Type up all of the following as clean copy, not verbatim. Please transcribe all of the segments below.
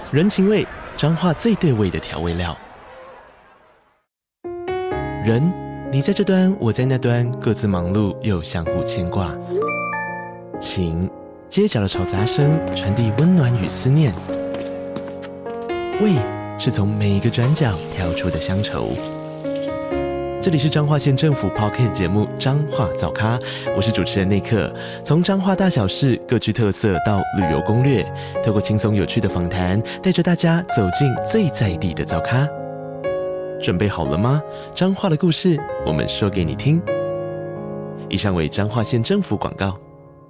人情味，彰化最对味的调味料。人，你在这端，我在那端，各自忙碌又相互牵挂。情，街角的吵杂声传递温暖与思念。味，是从每一个转角跳出的乡愁。这里是彰化县政府 Podcast 节目《彰化早咖》，我是主持人内克。从彰化大小事各具特色到旅游攻略，透过轻松有趣的访谈，带着大家走进最在地的早咖。准备好了吗？彰化的故事，我们说给你听。以上为彰化县政府广告。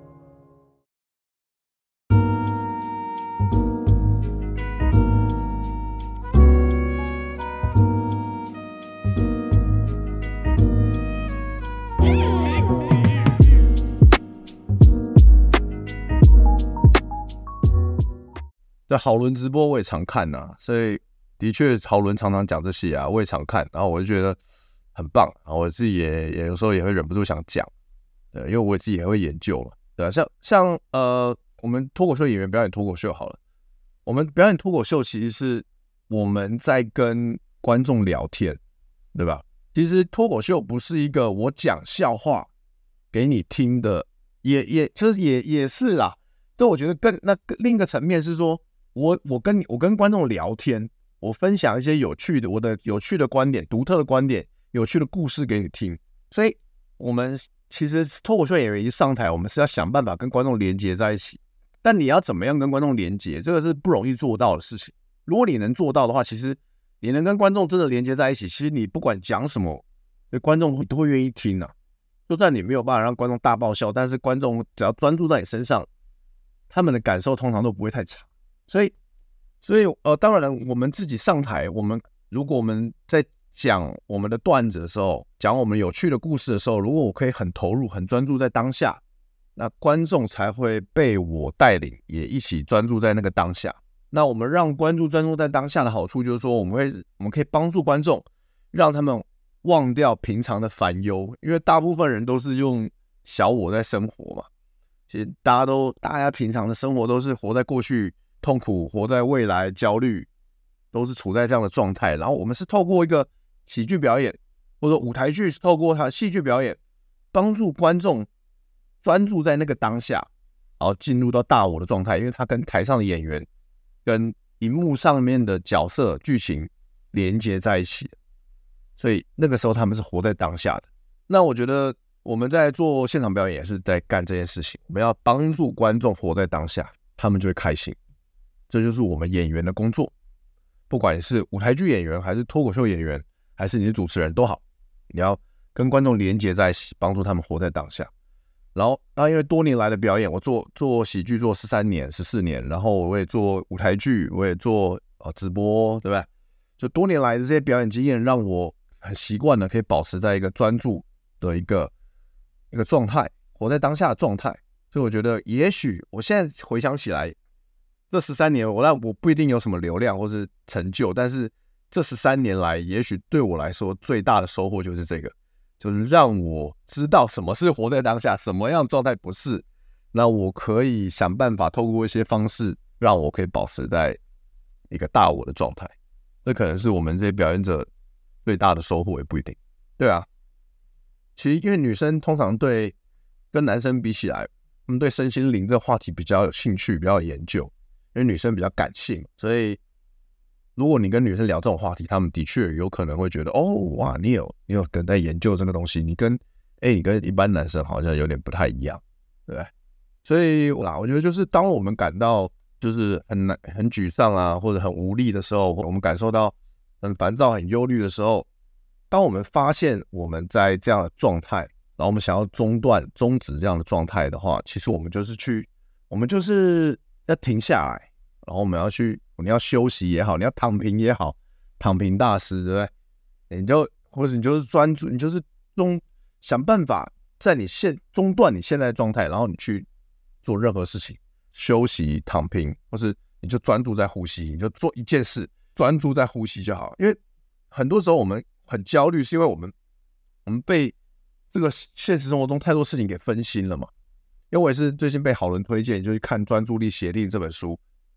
在好伦直播我也常看啊，所以的确好伦常常讲这些啊，我也常看，然后我就觉得很棒，然后我自己也有时候也会忍不住想讲，因为我自己也会研究嘛，对啊，像我们脱口秀演员表演脱口秀好了，我们表演脱口秀其实是我们在跟观众聊天，对吧？其实脱口秀不是一个我讲笑话给你听的，也是啦。对，我觉得另一个层面是说，我跟观众聊天，我分享一些我的有趣的观点、独特的观点、有趣的故事给你听。所以，我们其实脱口秀演员一上台，我们是要想办法跟观众连接在一起。但你要怎么样跟观众连接，这个是不容易做到的事情。如果你能做到的话，其实你能跟观众真的连接在一起，其实你不管讲什么，观众都会愿意听啊。就算你没有办法让观众大爆笑，但是观众只要专注在你身上，他们的感受通常都不会太差。所以当然我们自己上台，如果我们在讲我们的段子的时候，讲我们有趣的故事的时候，如果我可以很投入、很专注在当下，那观众才会被我带领，也一起专注在那个当下。那我们让观众专注在当下的好处就是说，我们可以帮助观众，让他们忘掉平常的烦忧，因为大部分人都是用小我在生活嘛。其实大家平常的生活都是活在过去痛苦，活在未来焦虑，都是处在这样的状态。然后我们是透过一个喜剧表演，或者舞台剧是透过它戏剧表演，帮助观众专注在那个当下，然后进入到大我的状态，因为他跟台上的演员跟荧幕上面的角色剧情连接在一起，所以那个时候他们是活在当下的。那我觉得我们在做现场表演也是在干这件事情，我们要帮助观众活在当下，他们就会开心。这就是我们演员的工作，不管你是舞台剧演员，还是脱口秀演员，还是你是主持人都好，你要跟观众连接在一起，帮助他们活在当下。然后因为多年来的表演，我做喜剧做13年、14年，然后我也做舞台剧，我也做直播，对不对？就多年来的这些表演经验，让我很习惯的可以保持在一个专注的一个状态，活在当下的状态。所以我觉得，也许我现在回想起来，这13年我不一定有什么流量或是成就，但是这13年来，也许对我来说最大的收获就是这个，就是让我知道什么是活在当下，什么样的状态不是。那我可以想办法透过一些方式，让我可以保持在一个大我的状态。这可能是我们这些表演者最大的收获，也不一定。对啊，其实因为女生通常跟男生比起来，他们对身心灵这个话题比较有兴趣，比较有研究，因为女生比较感性，所以如果你跟女生聊这种话题，他们的确有可能会觉得，哦，哇，你有在研究这个东西，你跟一般男生好像有点不太一样，对不对？所以我觉得就是当我们感到就是很沮丧啊，或者很无力的时候，我们感受到很烦躁、很忧虑的时候，当我们发现我们在这样的状态，然后我们想要终止这样的状态的话，其实我们就是要停下来，然后你要休息也好，你要躺平也好，躺平大师，对不对？或者你就是专注，你就是想办法在中断你现在的状态，然后你去做任何事情，休息、躺平，或是你就专注在呼吸，你就做一件事，专注在呼吸就好。因为很多时候我们很焦虑，是因为我们被这个现实生活中太多事情给分心了嘛。因为我也是最近被好人推荐，就是看《专注力协定》这本书，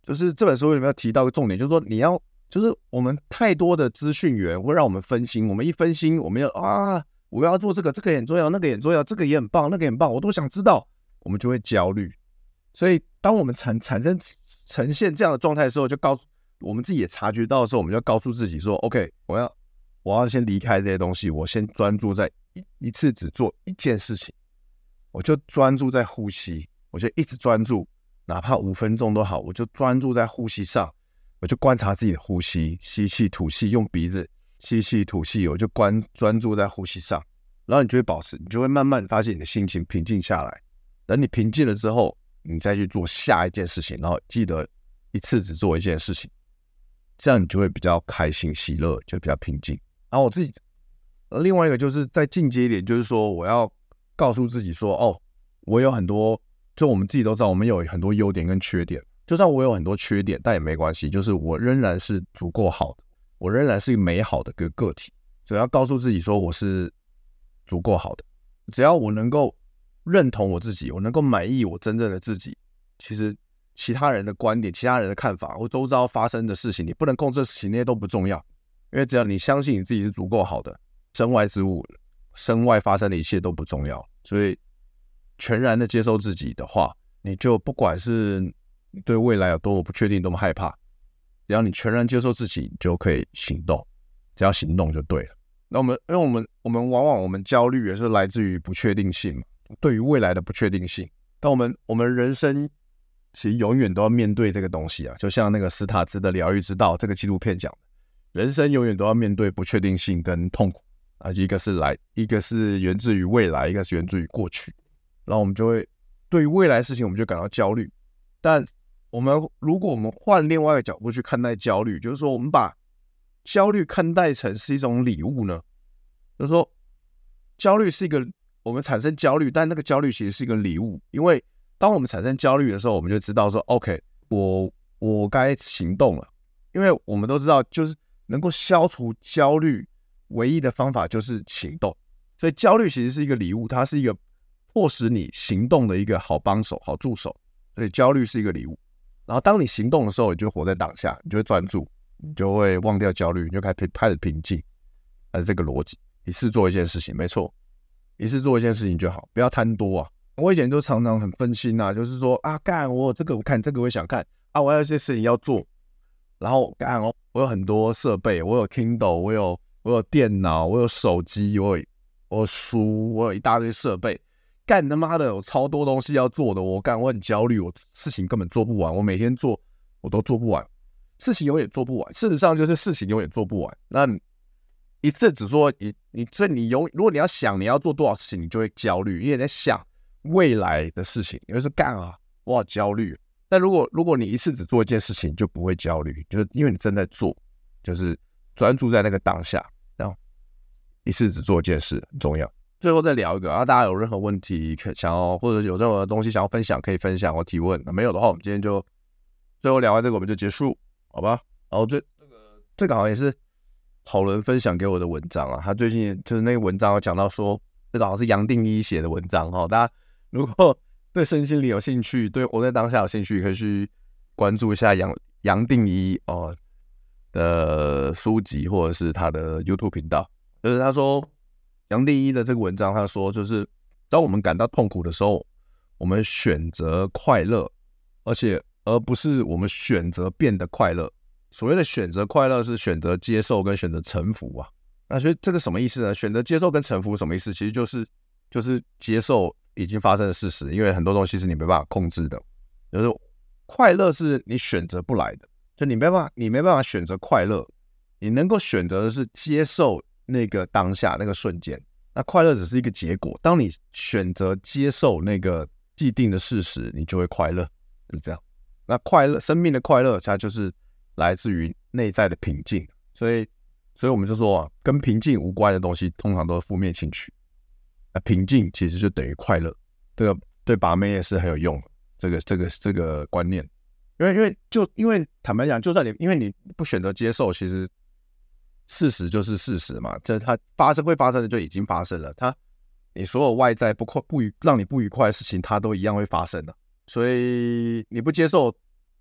就是这本书里面要提到一个重点，就是说就是我们太多的资讯源会让我们分心，我们一分心，我们我要做这个也很重要，那个也很重要，这个也很棒，那个也很棒，我都想知道，我们就会焦虑。所以当我们产生呈现这样的状态的时候，就我们自己也察觉到的时候，我们就告诉自己说 OK， 我要先离开这些东西，我先专注在一次只做一件事情，我就专注在呼吸，我就一直专注，哪怕5分钟都好，我就专注在呼吸上，我就观察自己的呼吸，吸气吐气，用鼻子吸气吐气，我就专注在呼吸上，然后你就会你就会慢慢发现你的心情平静下来。等你平静了之后，你再去做下一件事情，然后记得一次只做一件事情，这样你就会比较开心喜乐，就比较平静。然后我自己另外一个就是再进阶一点，就是说我要告诉自己说我有很多，就我们自己都知道我们有很多优点跟缺点，就算我有很多缺点但也没关系，就是我仍然是足够好的，我仍然是美好的个体，所以要告诉自己说我是足够好的。只要我能够认同我自己，我能够满意我真正的自己，其实其他人的观点，其他人的看法，或周遭发生的事情，你不能控制的事情，那些都不重要。因为只要你相信你自己是足够好的，身外之物，身外发生的一切都不重要。所以全然的接受自己的话，你就不管是你对未来有多么不确定，多么害怕，只要你全然接受自己，你就可以行动，只要行动就对了。那因为我们往往我们焦虑也是来自于不确定性嘛，对于未来的不确定性。但我们人生其实永远都要面对这个东西啊，就像那个史塔兹的疗愈之道这个纪录片讲的，人生永远都要面对不确定性跟痛苦啊，一个是源自于未来，一个是源自于过去。然后我们就会对于未来的事情我们就感到焦虑，但如果我们换另外一个角度去看待焦虑，就是说我们把焦虑看待成是一种礼物呢，就是说焦虑是我们产生焦虑，但那个焦虑其实是一个礼物，因为当我们产生焦虑的时候，我们就知道说 OK， 我该行动了，因为我们都知道就是能够消除焦虑唯一的方法就是行动，所以焦虑其实是一个礼物，它是一个迫使你行动的一个好帮手、好助手，所以焦虑是一个礼物。然后当你行动的时候，你就活在当下，你就会专注，你就会忘掉焦虑，你就开始平静。是这个逻辑，一次做一件事情，没错，一次做一件事情就好，不要贪多啊。我以前就常常很分心啊，就是说我有这个我看，这个我也想看啊，我还有一些事情要做，然后我有很多设备，我有 Kindle， 我有电脑，我有手机，我有书，我有一大堆设备，他妈的有超多东西要做的，我很焦虑，我事情根本做不完，我每天做我都做不完，事情永远做不完，事实上就是事情永远做不完。那一次只说所以如果你要想你要做多少事情，你就会焦虑，因为你在想未来的事情，你会说我好焦虑。但如果你一次只做一件事情，就不会焦虑，就是因为你正在做，就是专注在那个当下，然后一次只做一件事很重要。最后再聊一个，大家有任何问题想要，或者有任何东西想要分享，可以分享或提问。没有的话，我们今天就最后聊完这个我们就结束，好吧？然后这个好像也是好人分享给我的文章啊，他最近就是那个文章有讲到说，这个好像是杨定一写的文章哈，大家如果对身心灵有兴趣，对活在当下有兴趣，可以去关注一下杨定一的书籍或者是他的 YouTube 频道。就是他说杨定一的这个文章，他说就是当我们感到痛苦的时候，我们选择快乐，而不是我们选择变得快乐。所谓的选择快乐是选择接受跟选择臣服啊。那所以这个什么意思呢？选择接受跟臣服什么意思？其实就是接受已经发生的事实，因为很多东西是你没办法控制的。就是快乐是你选择不来的，就你没办法选择快乐，你能够选择的是接受那个当下那个瞬间。那快乐只是一个结果，当你选择接受那个既定的事实，你就会快乐，是这样。那生命的快乐，它就是来自于内在的平静。所以我们就说跟平静无关的东西通常都是负面情绪。平静其实就等于快乐，这个对把妹也是很有用的。这个观念，因为坦白讲，就算因为你不选择接受，其实事实就是事实嘛，这它会发生的就已经发生了。你所有外在让你不愉快的事情，它都一样会发生的。所以你不接受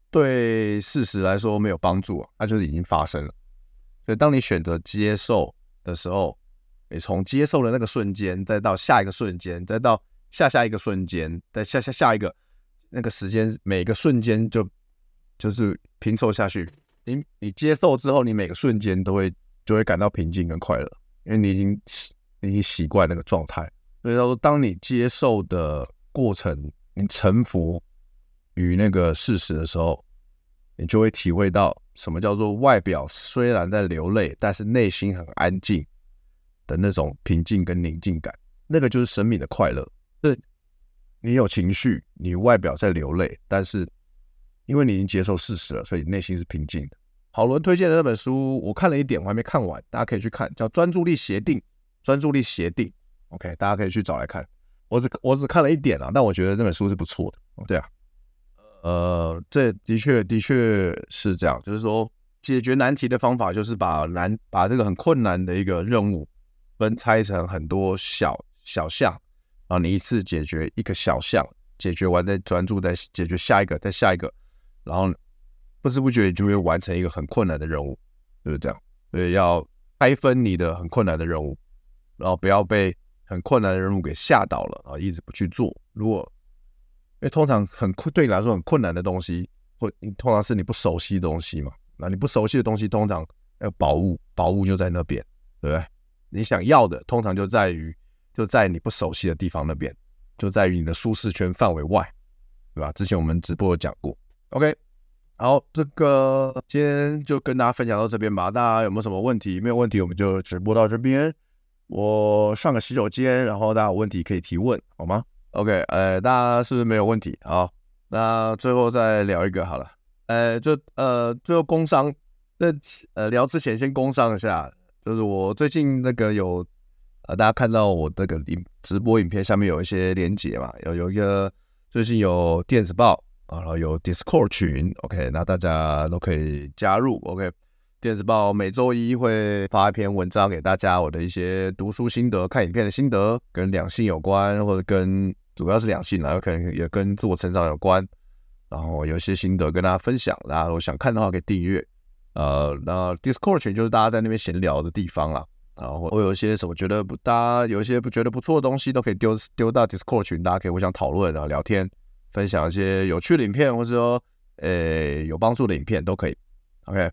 对事实来说没有帮助啊，它就是已经发生了。所以当你选择接受的时候，你从接受的那个瞬间，再到下一个瞬间，再到下一个瞬间，再下一个那个时间，每个瞬间就是拼凑下去。你接受之后，你每个瞬间就会感到平静跟快乐，因为你已经习惯那个状态。所以说，当你接受的过程，你臣服于那个事实的时候，你就会体会到什么叫做外表虽然在流泪，但是内心很安静的那种平静跟宁静感。那个就是生命的快乐。是你有情绪，你外表在流泪，但是因为你已经接受事实了，所以内心是平静的。好伦推荐的那本书，我看了一点，我还没看完，大家可以去看，叫《专注力协定》。专注力协定 ，OK， 大家可以去找来看。我只看了一点啊，但我觉得那本书是不错的。对啊，这的确是这样，就是说解决难题的方法就是把这个很困难的一个任务分拆成很多小项，然后你一次解决一个小项，解决完再专注再解决下一个，再下一个，然后不知不觉你就会完成一个很困难的任务，就是这样。所以要拆分你的很困难的任务，然后不要被很困难的任务给吓倒了，然后一直不去做。因为通常对你来说很困难的东西，通常是你不熟悉的东西嘛。那你不熟悉的东西，通常宝物就在那边，对不对？你想要的通常就在你不熟悉的地方那边，就在于你的舒适圈范围外，对吧？之前我们直播有讲过。OK， 好，这个今天就跟大家分享到这边吧。大家有没有什么问题？没有问题，我们就直播到这边。我上个洗手间，然后大家有问题可以提问，好吗？OK， 大家是不是没有问题？好，那最后再聊一个好了。最后工商，聊之前先工商一下，就是我最近那个有大家看到我这个直播影片下面有一些连结嘛，有一个最近有电子报然后有 Discord 群 ，OK， 那大家都可以加入 ，OK。电子报每周一会发一篇文章给大家，我的一些读书心得、看影片的心得，跟两性有关，或者主要是两性啦，有可能也跟自我成长有关。然后有一些心得跟大家分享，大家如果想看的话可以订阅。那 Discord 群就是大家在那边闲聊的地方啦。然后我有一些什么大家有一些觉得不错的东西，都可以丢到 Discord 群，大家可以互相讨论，然后聊天，分享一些有趣的影片，或者说有帮助的影片都可以。OK。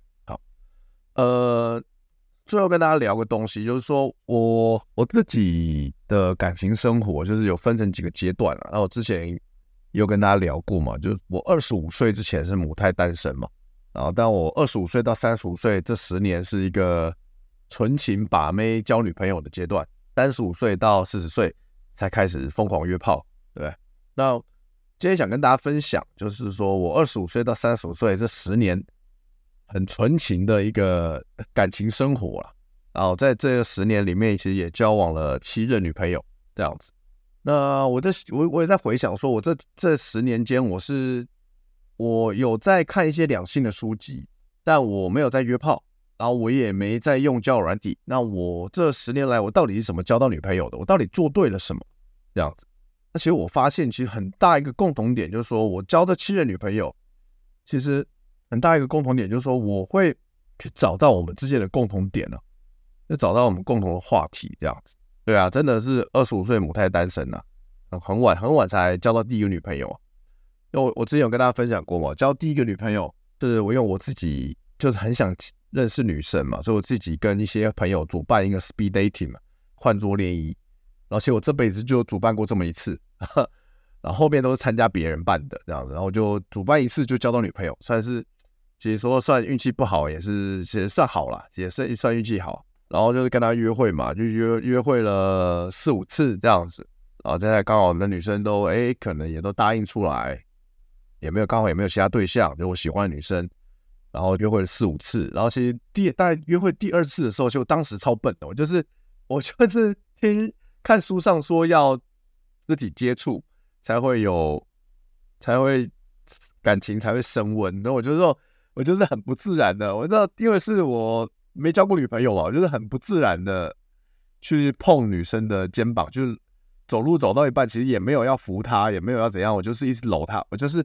最后跟大家聊个东西，就是说我自己的感情生活就是有分成几个阶段了。然后我之前也有跟大家聊过嘛，就是我25岁之前是母胎单身嘛，然后但我25岁到35岁这10年是一个纯情把妹交女朋友的阶段，35岁到40岁才开始疯狂约炮，对不对？那今天想跟大家分享，就是说我25岁到35岁这10年。很纯情的一个感情生活啦，然后在这10年里面，其实也交往了7任女朋友这样子。那我也在回想说，我这10年间，我有在看一些两性的书籍，但我没有在约炮，然后我也没在用交友软体。那我这10年来，我到底是怎么交到女朋友的？我到底做对了什么？这样子。那其实我发现，其实很大一个共同点就是说，我交这7任女朋友，其实。很大一个共同点就是说，我会去找到我们之间的共同点就找到我们共同的话题这样子。对啊，真的是25岁母胎单身很晚才交到第一个女朋友因为我之前有跟大家分享过嘛，交第一个女朋友就是我因为我自己就是很想认识女生嘛，所以我自己跟一些朋友主办一个 speed dating 嘛，换桌联谊。而且我这辈子就主办过这么一次。然后后面都是参加别人办的这样子，然后就主办一次就交到女朋友，其实说算运气不好，也算好啦，也算运气好。然后就是跟他约会嘛，就约会了4-5次这样子，然后现在刚好那女生都可能也都答应出来，刚好也没有其他对象，就我喜欢的女生，然后约会了4-5次，然后其实大概约会第2次的时候，就当时超笨的，我就是看书上说要肢体接触才会感情才会升温，然后我就是很不自然的，我知道，因为是我没交过女朋友嘛，我就是很不自然的去碰女生的肩膀，就是走路走到一半，其实也没有要扶她，也没有要怎样，我就是一直搂她，我就是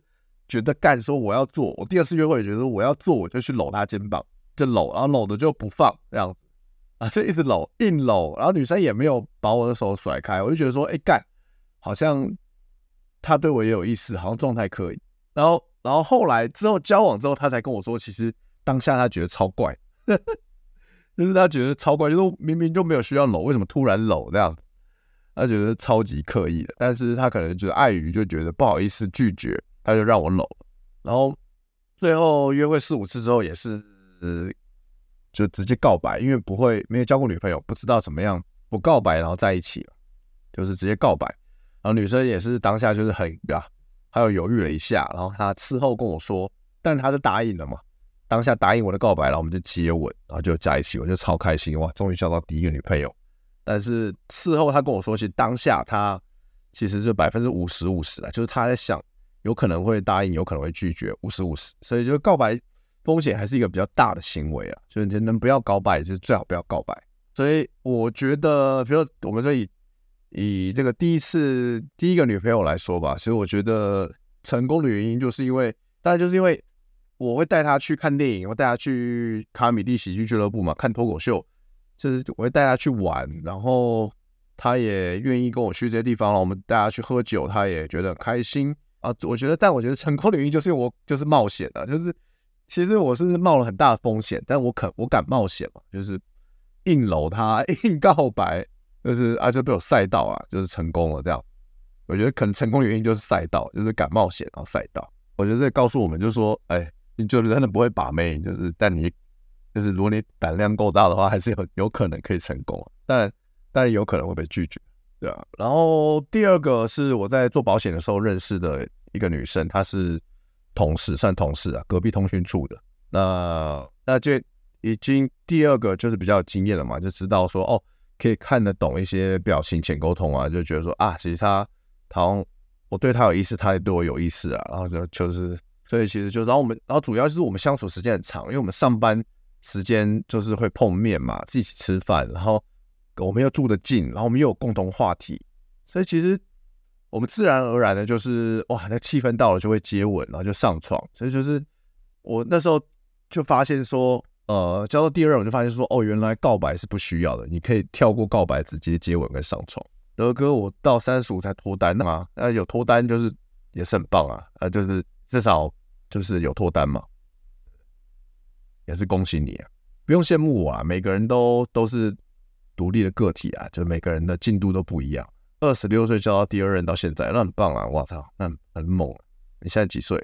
觉得干说我要做，我第二次约会也觉得说我要做，我就去搂她肩膀，就搂，然后搂的就不放这样子啊，就一直搂，硬搂，然后女生也没有把我的手甩开，我就觉得说，干，好像她对我也有意思，好像状态可以。然后后来之后交往之后，她才跟我说，其实当下她觉得超怪，就是她觉得超怪，就是明明就没有需要搂，为什么突然搂这样子？她觉得超级刻意的，但是她可能就是碍于就觉得不好意思拒绝，她就让我搂。然后最后约会4-5次之后也是就直接告白，因为没有交过女朋友，不知道怎么样不告白然后在一起，就是直接告白。然后女生也是当下就是还有犹豫了一下，然后她事后跟我说，但她就答应了嘛，当下答应我的告白，然后我们就接吻，然后就在一起，我就超开心，哇，终于交到第一个女朋友。但是事后她跟我说，其实当下她其实就50%-50%啊，就是她在想有可能会答应，有可能会拒绝，50-50，所以就告白风险还是一个比较大的行为啊，就是能不要告白，就是最好不要告白。所以我觉得，比如说我们就以这个第一个女朋友来说吧，其实我觉得成功的原因就是因为，当然就是因为我会带她去看电影，我会带她去卡米蒂喜剧俱乐部嘛，看脱口秀，就是我会带她去玩，然后她也愿意跟我去这些地方，我们带她去喝酒，她也觉得很开心啊。我觉得成功的原因就是因为我就是冒险的，就是其实我是冒了很大的风险，但我敢冒险嘛，就是硬搂她，硬告白。就是就被我赛到啊，就是成功了这样。我觉得可能成功的原因就是赛道，就是敢冒险然后赛道。我觉得这告诉我们就是说，你就真的不会把妹，但你就是如果你胆量够大的话，还是有可能可以成功啊。但有可能会被拒绝，对啊。然后第二个是我在做保险的时候认识的一个女生，她是算同事啊，隔壁通讯处的。那就已经第二个就是比较有经验了嘛，就知道说可以看得懂一些表情浅沟通啊，就觉得说其实他好像我对他有意思，他也对我有意思啊，然后就是所以其实就然后主要就是我们相处时间很长，因为我们上班时间就是会碰面嘛，一起吃饭，然后我们又住得近，然后我们又有共同话题，所以其实我们自然而然的就是那气氛到了就会接吻，然后就上床，所以就是我那时候就发现说。交到第二任我就发现说，原来告白是不需要的，你可以跳过告白，直接接吻跟上床。德哥，我到35才脱单嘛，有脱单就是也是很棒啊，就是至少就是有脱单嘛，也是恭喜你啊，不用羡慕我啊，每个人都是独立的个体啊，就每个人的进度都不一样。26岁交到第二任到现在，那很棒啊，哇操，那很猛啊。你现在几岁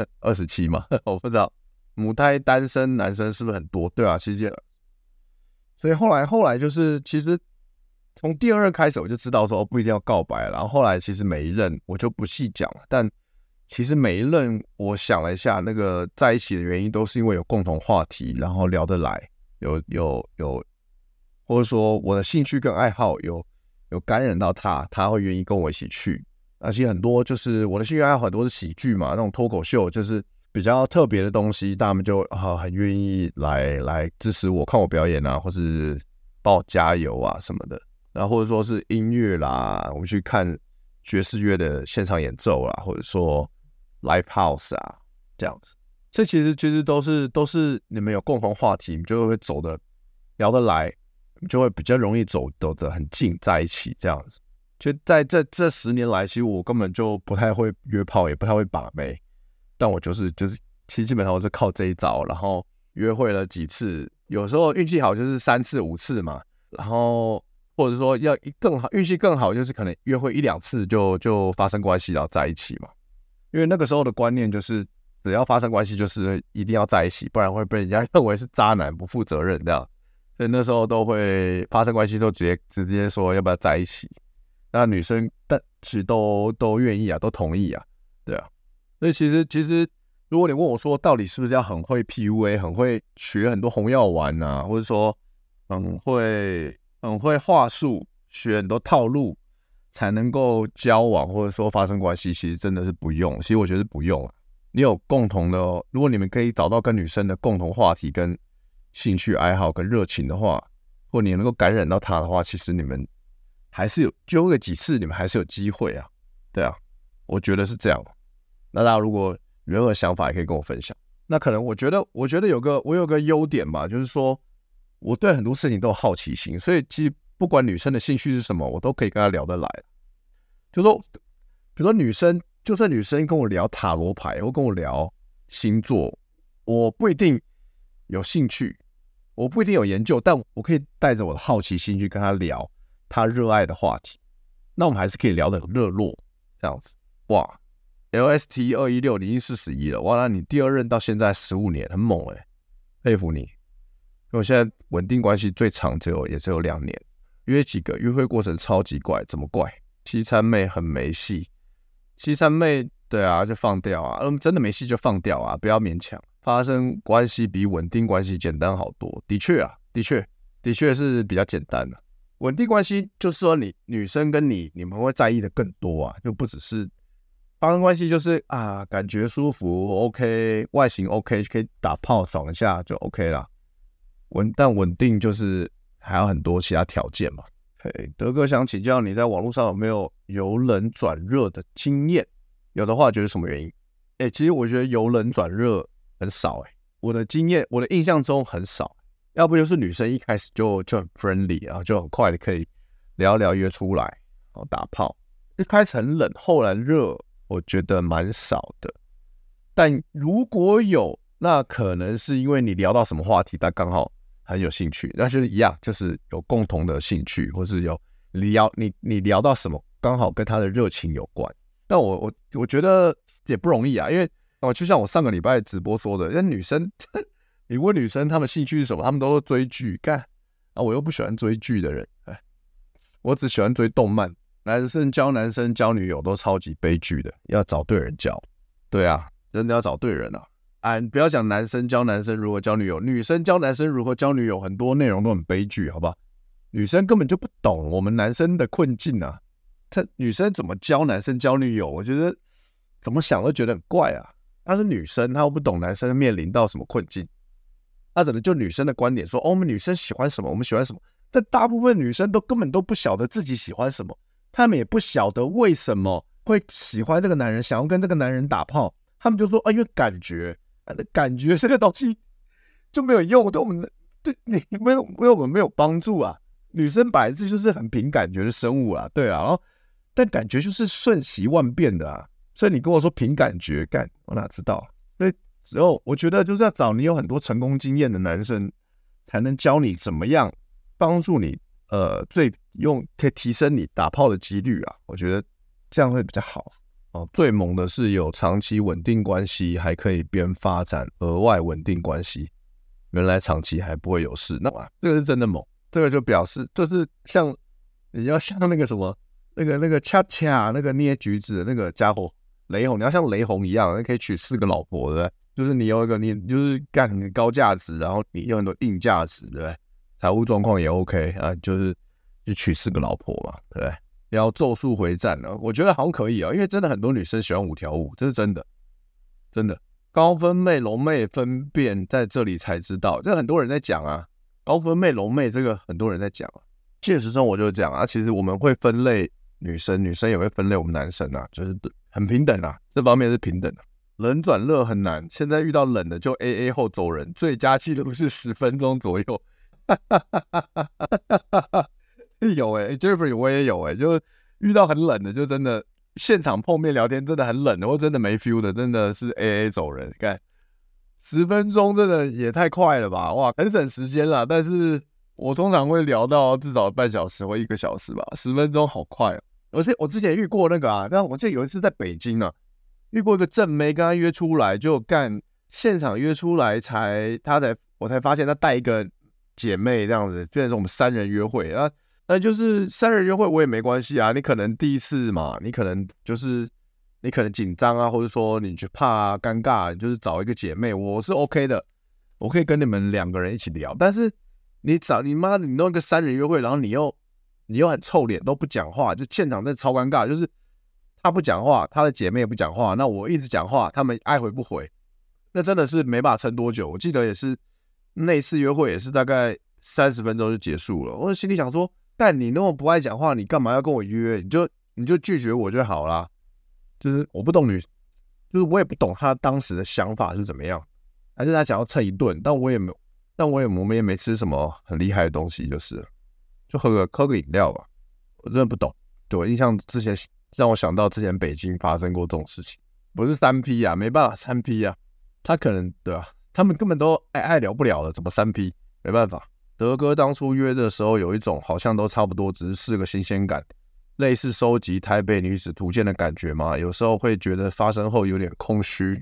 ？27嘛，我不知道。母胎单身男生是不是很多？对啊，其实所以后来就是其实从第二任开始我就知道说不一定要告白，然后后来其实每一任我就不细讲了，但其实每一任我想了一下，那个在一起的原因都是因为有共同话题，然后聊得来，有或者说我的兴趣跟爱好有感染到他会愿意跟我一起去。而且很多就是我的兴趣爱好很多是喜剧嘛，那种脱口秀就是比较特别的东西，他们就很愿意来支持我，看我表演啊，或是帮我加油啊什么的。然后或者说是音乐啦，我们去看爵士乐的现场演奏啦，或者说 live house 啊这样子。所以其实都是你们有共同话题，你就会聊得来，你就会比较容易走得很近在一起这样子。就在这10年来，其实我根本就不太会约炮，也不太会把妹。但我就是其实基本上我是靠这一招，然后约会了几次，有时候运气好就是3次5次嘛，然后或者说要更好，运气更好就是可能约会1-2次就发生关系，然后在一起嘛。因为那个时候的观念就是只要发生关系就是一定要在一起，不然会被人家认为是渣男不负责任这样。所以那时候都会发生关系都直接说要不要在一起，那女生但其实都愿意啊，都同意啊，对啊。所以其实如果你问我说到底是不是要很会 PUA， 很会学很多红药丸啊，或者说很会话术，学很多套路才能够交往或者说发生关系，其实真的是不用。其实我觉得是不用啊。你有共同的如果你们可以找到跟女生的共同话题跟兴趣爱好跟热情的话，或你能够感染到她的话，其实你们还是揪个几次你们还是有机会啊，对啊，我觉得是这样。那大家如果任何想法也可以跟我分享。那可能我觉得我有个优点吧，就是说我对很多事情都有好奇心，所以其实不管女生的兴趣是什么，我都可以跟她聊得来。就说比如说女生，就算女生跟我聊塔罗牌或跟我聊星座，我不一定有兴趣，我不一定有研究，但我可以带着我的好奇心去跟她聊她热爱的话题，那我们还是可以聊得很热络这样子。哇，LST216你已经41了，哇，那你第二任到现在15年，很猛佩服你。因为我现在稳定关系最长也只有2年，约几个约会过程超级怪，怎么怪？西餐妹很没戏，西餐妹对啊就放掉啊，真的没戏就放掉啊，不要勉强。发生关系比稳定关系简单好多，的确啊，的确是比较简单的。稳定关系就是说你女生跟你们会在意的更多啊，就不只是发生关系就是啊感觉舒服 OK， 外形 OK 可以打炮爽一下就 OK 啦。但稳定就是还有很多其他条件嘛。德哥想请教你在網絡上有没有由冷轉熱的經驗？有的話，覺得什麼原因？其實我覺得由冷轉熱很少我的經驗，我的印象中很少。要不就是女生一開始就很 friendly， 然後就很快的可以聊聊約出來，然後打炮。一開始很冷，後來熱，我覺得蠻少的。但如果有，那可能是因為你聊到什麼話題，但剛好很有興趣，那就是一樣，就是有共同的興趣，或是有你聊到什麼，剛好跟他的熱情有關。但我覺得也不容易啊，因為就像我上個禮拜直播說的，因為女生你問女生她們興趣是什麼，她們都追劇，幹啊，我又不喜歡追劇的人，我只喜歡追動漫。男生交女友都超級悲劇的，要找對人交。對啊，真的要找對人啊。不要講男生教男生如何交女友，女生教男生如何交女友，很多內容都很悲劇，好不好？女生根本就不懂我們男生的困境啊。女生怎麼教男生交女友，我覺得怎麼想都覺得很怪啊。她是女生，她又不懂男生面臨到什麼困境，她可能就女生的觀點說，我們女生喜歡什麼，我們喜歡什麼。但大部分女生都根本都不曉得自己喜歡什麼，她們也不曉得為什麼會喜歡這個男人，想要跟這個男人打炮，他們就說因為感覺。感覺這個東西就沒有用，對我們沒有幫助啊。女生本來就是很憑感覺的生物啊，對啊，然後但感覺就是瞬息萬變的啊，所以你跟我說憑感覺，幹我哪知道？所以只有我覺得就是要找你有很多成功經驗的男生，才能教你怎麼樣幫助你可以提升你打炮的幾率啊，我覺得這樣會比較好。最猛的是有長期穩定關係，還可以邊發展額外穩定關係，原來長期還不會有事，那這個是真的猛。這個就表示就是像你要像那個什麼那個恰恰那個捏橘子的那個家伙雷洪，你要像雷洪一樣，可以娶4個老婆，對不對？就是你有一個你就是幹很高價值，然後你有很多硬價值，對不對？財務狀況也 OK 啊，就是娶4個老婆嘛，對不對？要咒術回戰呢，我覺得好像可以因為真的很多女生喜歡5條悟，這是真的，真的。高分妹、龍妹分辨在這裡才知道，這很多人在講啊。高分妹、龍妹這個很多人在講啊。現實生活就是這樣啊。其實我們會分類女生，女生也會分類我們男生啊，就是很平等啊，這方面是平等的。冷轉熱很難，現在遇到冷的就 AA 後走人，最佳記錄是10分鐘左右。有Jeffrey 我也有就遇到很冷的，就真的現場碰面聊天真的很冷的，或真的沒 feel 的，真的是 AA 走人。看10分鐘真的也太快了吧，哇，很省時間啦。但是我通常會聊到至少半小時或1個小時吧，10分鐘好快而且我之前遇過那個啊，但我記得有一次在北京啊，遇過一個正妹，跟他約出來就幹現場約出來我才發現他帶一個姐妹這樣子，變成我們3人約會啊。那就是3人約會我也沒關係啊，你可能第一次嘛，你可能緊張啊，或者說你就怕尷尬，就是找一個姐妹，我是 OK 的，我可以跟你們2個人一起聊。但是你弄一個3人約會，然後你又很臭臉都不講話，就現場真的超尷尬，就是他不講話，他的姐妹也不講話，那我一直講話，他們愛回不回，那真的是沒辦法撐多久。我記得也是那次約會也是大概30分鐘就結束了，我心裡想說，但你那麼不愛講話，你幹嘛要跟我約？你就拒絕我就好啦。就是我不懂就是我也不懂他当时的想法是怎么样，还是他想要蹭一顿，但我们也没吃什么很厉害的东西，就喝个饮料吧，我真的不懂。对我印象之前让我想到之前北京发生过这种事情，不是3P 啊，没办法3P 啊，他可能对啊，他们根本都爱聊不了了，怎么3P？没办法。德哥当初约的时候有一种好像都差不多，只是试个新鲜感，类似收集台北女子图鉴的感觉嘛，有时候会觉得发生后有点空虚。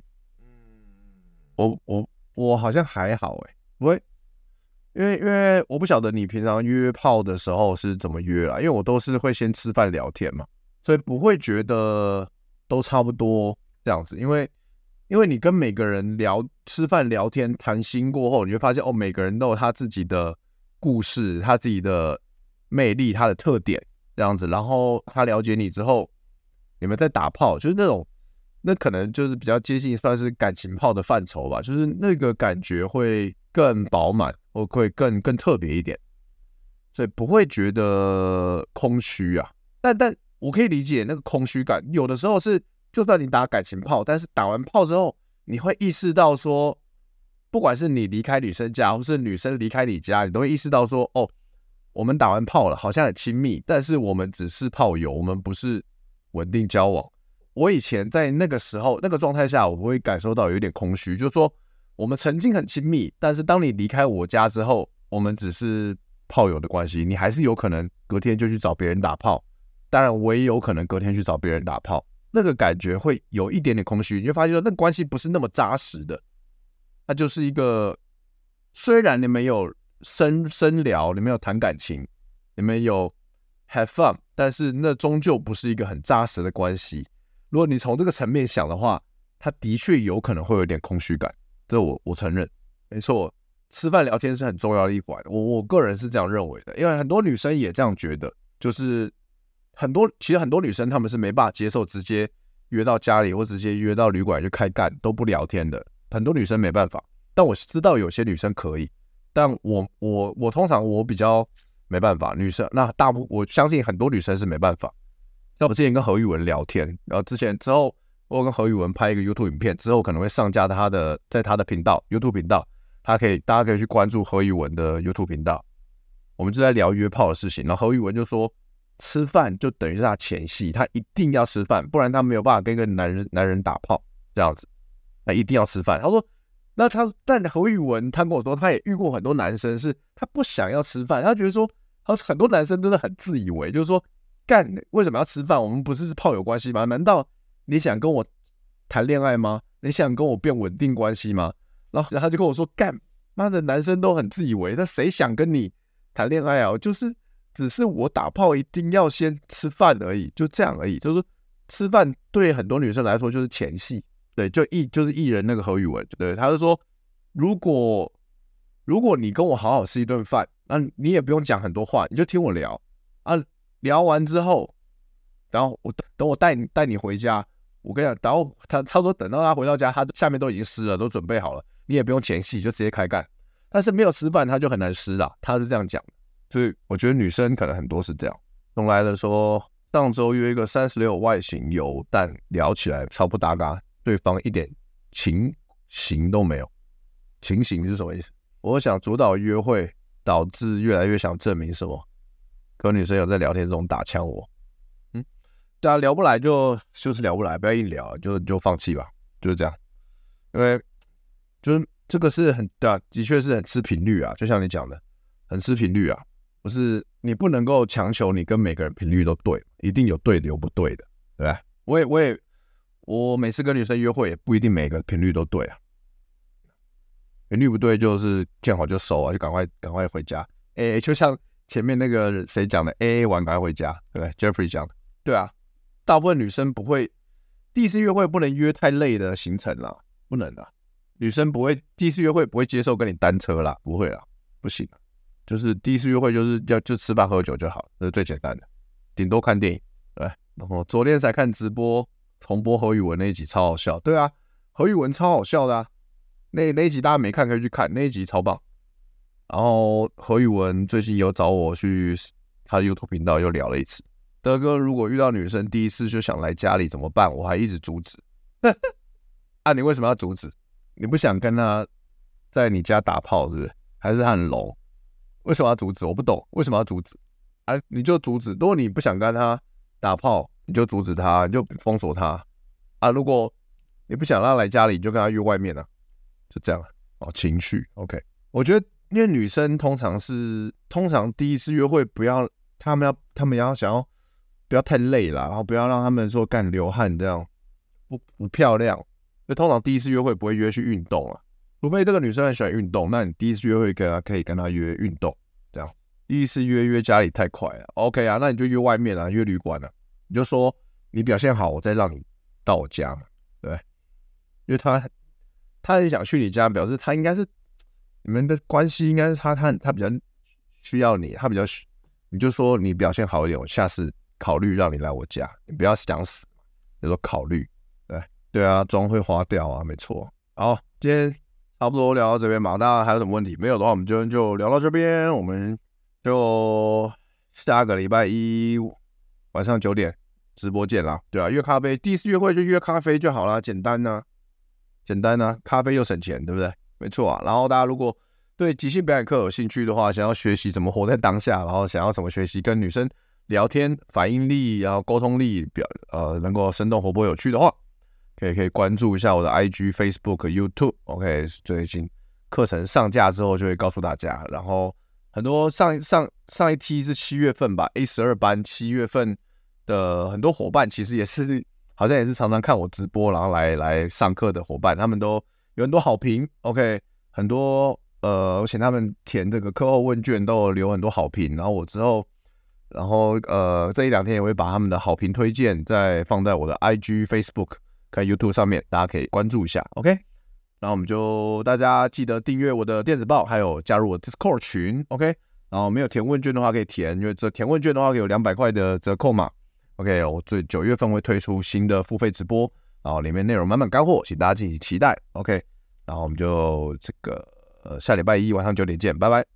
我好像还好不会，因为我不晓得你平常约炮的时候是怎么约啦，因为我都是会先吃饭聊天嘛，所以不会觉得都差不多这样子，因为你跟每个人吃饭聊天谈心过后，你会发现每个人都有他自己的故事，他自己的魅力，他的特点这样子，然后他了解你之后，你们在打炮，就是那可能就是比较接近算是感情炮的范畴吧，就是那个感觉会更饱满，或会更特别一点，所以不会觉得空虚啊。但我可以理解那个空虚感，有的时候是就算你打感情炮，但是打完炮之后，你会意识到说，不管是你离开女生家，或是女生离开你家，你都会意识到说，我们打完炮了，好像很亲密，但是我们只是炮友，我们不是稳定交往。我以前在那个时候那个状态下，我会感受到有点空虚，就是说我们曾经很亲密，但是当你离开我家之后，我们只是炮友的关系，你还是有可能隔天就去找别人打炮，当然我也有可能隔天去找别人打炮，那个感觉会有一点点空虚，你会发现说那个关系不是那么扎实的，它就是一个虽然你们有深聊，你们有谈感情，你们有 have fun， 但是那终究不是一个很扎实的关系。如果你从这个层面想的话，它的确有可能会有点空虚感，这我承认，没错。吃饭聊天是很重要的一环，我个人是这样认为的，因为很多女生也这样觉得，就是其实很多女生她们是没办法接受直接约到家里或直接约到旅馆就开干都不聊天的，很多女生没办法。但我知道有些女生可以，但我通常我比较没办法，女生那我相信很多女生是没办法。像我之前跟何宇文聊天，然后之后我有跟何宇文拍一个 YouTube 影片，之后可能会上架在他的频道 YouTube 频道，大家可以去关注何宇文的 YouTube 频道。我们就在聊约炮的事情，然后何宇文就说，吃饭就等于是他前戏，他一定要吃饭，不然他没有办法跟一个男人打炮这样子，他一定要吃饭。他说，但何宇文他跟我说，他也遇过很多男生是他不想要吃饭，他觉得说，很多男生真的很自以为，就是说，干为什么要吃饭？我们不是炮友关系吗？难道你想跟我谈恋爱吗？你想跟我变稳定关系吗？然后他就跟我说，干妈的男生都很自以为，那谁想跟你谈恋爱啊？只是我打炮一定要先吃饭而已，就这样而已。就是吃饭对很多女生来说就是前戏，对，就是艺人那个何宇文，对，他就说，如果你跟我好好吃一顿饭，你也不用讲很多话，你就听我聊啊，聊完之后，然后等我带你回家，我跟你讲，然后他说等到他回到家，他下面都已经湿了，都准备好了，你也不用前戏，就直接开干。但是没有吃饭，他就很难湿啦，他是这样讲的。所以我觉得女生可能很多是这样。总来的说，上周约一个36外形有，但聊起来超不搭嘎，对方一点情形都没有。情形是什么意思？我想主导约会，导致越来越想证明什么。跟女生有在聊天中打枪我，对啊，聊不来就是聊不来，不要硬聊，就放弃吧，就是这样。因为就是这个是对啊，的确是很吃频率啊，就像你讲的，很吃频率啊。不是你不能够强求你跟每个人频率都对，一定有对的有不对的，对吧？我每次跟女生约会也不一定每个频率都对啊，频率不对就是见好就收啊，就赶快回家。就像前面那个谁讲的 AA 完赶快回家，对不对 ？Jeffrey 讲的，对啊，大部分女生不会第一次约会不能约太累的行程啦，不能啦，女生不会第一次约会不会接受跟你单车啦，不会啦，不行啦。就是第一次约会就吃饭喝酒就好，这是最简单的，顶多看电影。对，然后昨天才看直播重播何宇文那一集超好笑，对啊，何宇文超好笑的啊，那一集大家没看可以去看，那一集超棒。然后何宇文最近有找我去他的 YouTube 频道又聊了一次，德哥如果遇到女生第一次就想来家里怎么办？我还一直阻止。 啊，你为什么要阻止？你不想跟他在你家打炮，是不是？还是他很聋？为什么要阻止？我不懂，为什么要阻止？啊，你就阻止。如果你不想跟他打炮，你就阻止他，你就封锁他啊。如果你不想让他来家里，你就跟他约外面啊，就这样哦。情绪 OK， 我觉得因为女生通常第一次约会不要他们要想要不要太累啦，然后不要让他们说干流汗这样不漂亮。所以通常第一次约会不会约去运动啊，除非这个女生很喜欢运动，那你第一次约会可以跟她约运动这样。第一次约家里太快了 ，OK 啊，那你就约外面啊，约旅馆啊，你就说你表现好，我再让你到我家嘛，对不对？因为他很想去你家，表示他应该是你们的关系应该是他比较需要你，你就说你表现好一点，我下次考虑让你来我家，你不要想死，你说考虑，对啊，妆会花掉啊，没错。好，今天差不多聊到这边吧，大家还有什么问题？没有的话，我们今天就聊到这边，我们就下个礼拜一晚上9点直播见啦。对啊，约咖啡，第一次约会就约咖啡就好啦，简单啊，咖啡又省钱，对不对？没错啊。然后大家如果对即兴表演课有兴趣的话，想要学习怎么活在当下，然后想要怎么学习跟女生聊天、反应力，然后沟通力能够生动活泼有趣的话，可以关注一下我的 IG、Facebook、YouTube。OK， 最近课程上架之后就会告诉大家。然后很多上一梯是7月份吧 ，A12 班7月份的很多伙伴其实好像也是常常看我直播，然后来上课的伙伴，他们都有很多好评。OK， 很多我请他们填这个课后问卷都有留很多好评，然后我之后。然后这1-2天也会把他们的好评推荐再放在我的 IG、Facebook 跟 YouTube 上面，大家可以关注一下。OK， 然后我们就大家记得订阅我的电子报，还有加入我 Discord 群。OK， 然后没有填问卷的话可以填，因为这填问卷的话可以有200块的折扣码。OK， 我9月份会推出新的付费直播，然后里面内容满满干货，请大家敬请期待。OK， 然后我们就下礼拜一晚上9点见，拜拜。